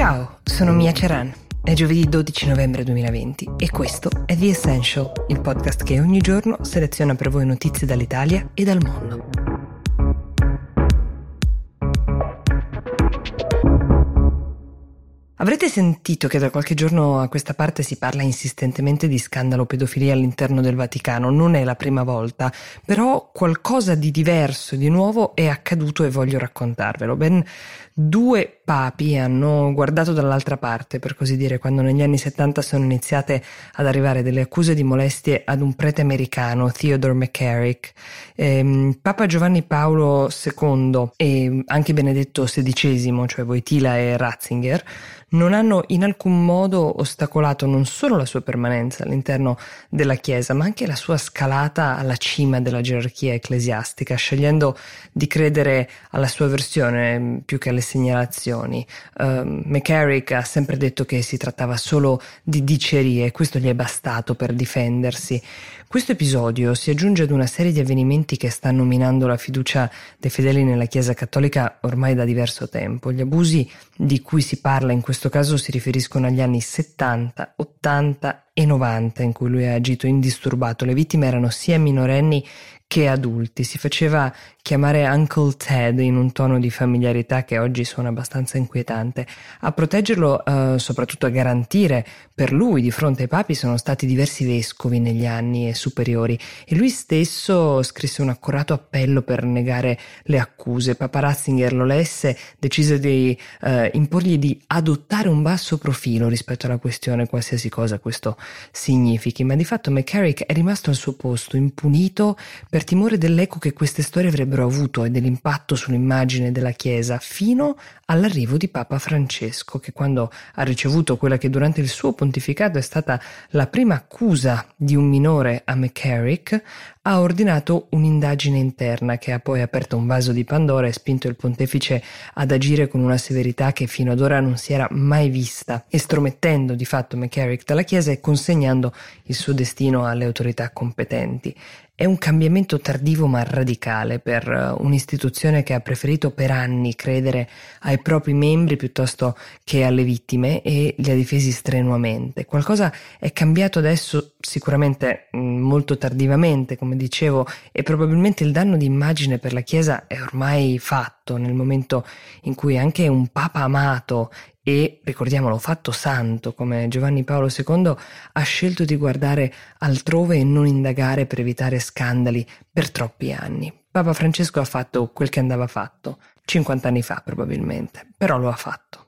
Ciao, sono Mia Ceran. È giovedì 12 novembre 2020 e questo è The Essential, il podcast che ogni giorno seleziona per voi notizie dall'Italia e dal mondo. Avrete sentito che da qualche giorno a questa parte si parla insistentemente di scandalo pedofilia all'interno del Vaticano. Non è la prima volta, però qualcosa di diverso, di nuovo è accaduto e voglio raccontarvelo. Ben 2 papi hanno guardato dall'altra parte, per così dire, quando negli anni 70 sono iniziate ad arrivare delle accuse di molestie ad un prete americano, Theodore McCarrick. Papa Giovanni Paolo II e anche Benedetto XVI, cioè Wojtyla e Ratzinger, non hanno in alcun modo ostacolato non solo la sua permanenza all'interno della Chiesa, ma anche la sua scalata alla cima della gerarchia ecclesiastica, scegliendo di credere alla sua versione più che alle segnalazioni. McCarrick ha sempre detto che si trattava solo di dicerie e questo gli è bastato per difendersi. Questo episodio si aggiunge ad una serie di avvenimenti che stanno minando la fiducia dei fedeli nella Chiesa cattolica ormai da diverso tempo. Gli abusi di cui si parla in questo caso si riferiscono agli anni 70, 80 e 90 in cui lui ha agito indisturbato. Le vittime erano sia minorenni che adulti. Si faceva chiamare Uncle Ted in un tono di familiarità che oggi suona abbastanza inquietante. A proteggerlo, soprattutto a garantire per lui di fronte ai papi, sono stati diversi vescovi negli anni e superiori, e lui stesso scrisse un accorato appello per negare le accuse. Papa Ratzinger lo lesse, decise di imporgli di adottare un basso profilo rispetto alla questione, qualsiasi cosa questo significhi, ma di fatto McCarrick è rimasto al suo posto, impunito per timore dell'eco che queste storie avrebbero avuto e dell'impatto sull'immagine della Chiesa, fino all'arrivo di Papa Francesco, che quando ha ricevuto quella che durante il suo pontificato è stata la prima accusa di un minore a McCarrick, ha ordinato un'indagine interna che ha poi aperto un vaso di Pandora e spinto il pontefice ad agire con una severità che fino ad ora non si era mai vista, estromettendo di fatto McCarrick dalla Chiesa e consegnando il suo destino alle autorità competenti. È un cambiamento tardivo ma radicale per un'istituzione che ha preferito per anni credere ai propri membri piuttosto che alle vittime e li ha difesi strenuamente. Qualcosa è cambiato adesso, sicuramente molto tardivamente, come dicevo, e probabilmente il danno di immagine per la Chiesa è ormai fatto nel momento in cui anche un Papa amato e, ricordiamolo, fatto santo come Giovanni Paolo II ha scelto di guardare altrove e non indagare per evitare scandali per troppi anni. Papa Francesco ha fatto quel che andava fatto, 50 anni fa probabilmente, però lo ha fatto.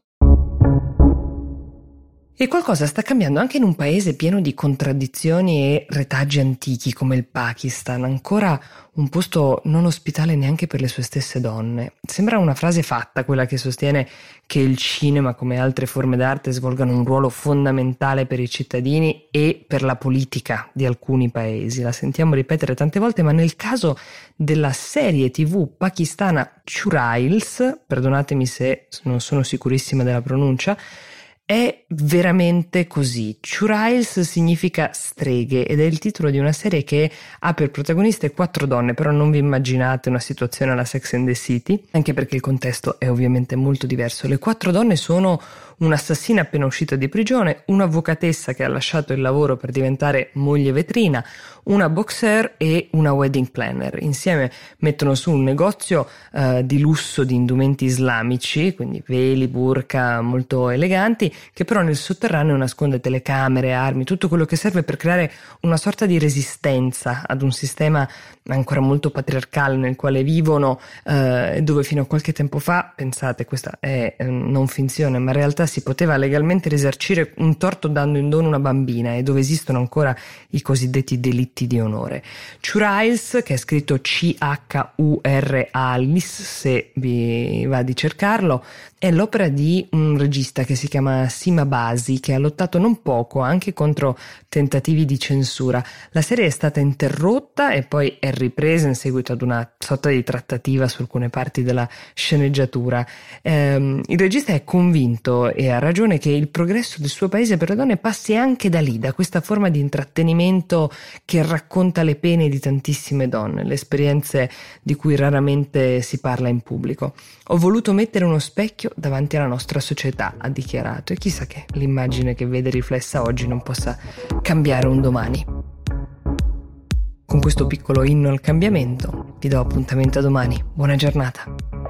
E qualcosa sta cambiando anche in un paese pieno di contraddizioni e retaggi antichi come il Pakistan, ancora un posto non ospitale neanche per le sue stesse donne. Sembra una frase fatta quella che sostiene che il cinema, come altre forme d'arte, svolgano un ruolo fondamentale per i cittadini e per la politica di alcuni paesi. La sentiamo ripetere tante volte, ma nel caso della serie TV pakistana Churails, perdonatemi se non sono sicurissima della pronuncia, è veramente così. Churails significa streghe ed è il titolo di una serie che ha per protagoniste 4 donne, però non vi immaginate una situazione alla Sex and the City, anche perché il contesto è ovviamente molto diverso. Le 4 donne sono un'assassina appena uscita di prigione, un'avvocatessa che ha lasciato il lavoro per diventare moglie vetrina, una boxer e una wedding planner. Insieme mettono su un negozio di lusso di indumenti islamici, quindi veli, burqa molto eleganti, che però nel sotterraneo nasconde telecamere, armi, tutto quello che serve per creare una sorta di resistenza ad un sistema ancora molto patriarcale nel quale vivono, dove fino a qualche tempo fa, pensate, questa è non finzione, ma in realtà si poteva legalmente risarcire un torto dando in dono una bambina, e dove esistono ancora i cosiddetti delitti di onore. Churails, che è scritto Churalis, se vi va di cercarlo, è l'opera di un regista che si chiama Sima Basi, che ha lottato non poco anche contro tentativi di censura. La serie è stata interrotta e poi è ripresa in seguito ad una sorta di trattativa su alcune parti della sceneggiatura. Il regista è convinto e ha ragione, che il progresso del suo paese per le donne passi anche da lì, da questa forma di intrattenimento che racconta le pene di tantissime donne, le esperienze di cui raramente si parla in pubblico. Ho voluto mettere uno specchio davanti alla nostra società, ha dichiarato, e chissà che l'immagine che vede riflessa oggi non possa cambiare un domani. Con questo piccolo inno al cambiamento vi do appuntamento a domani. Buona giornata.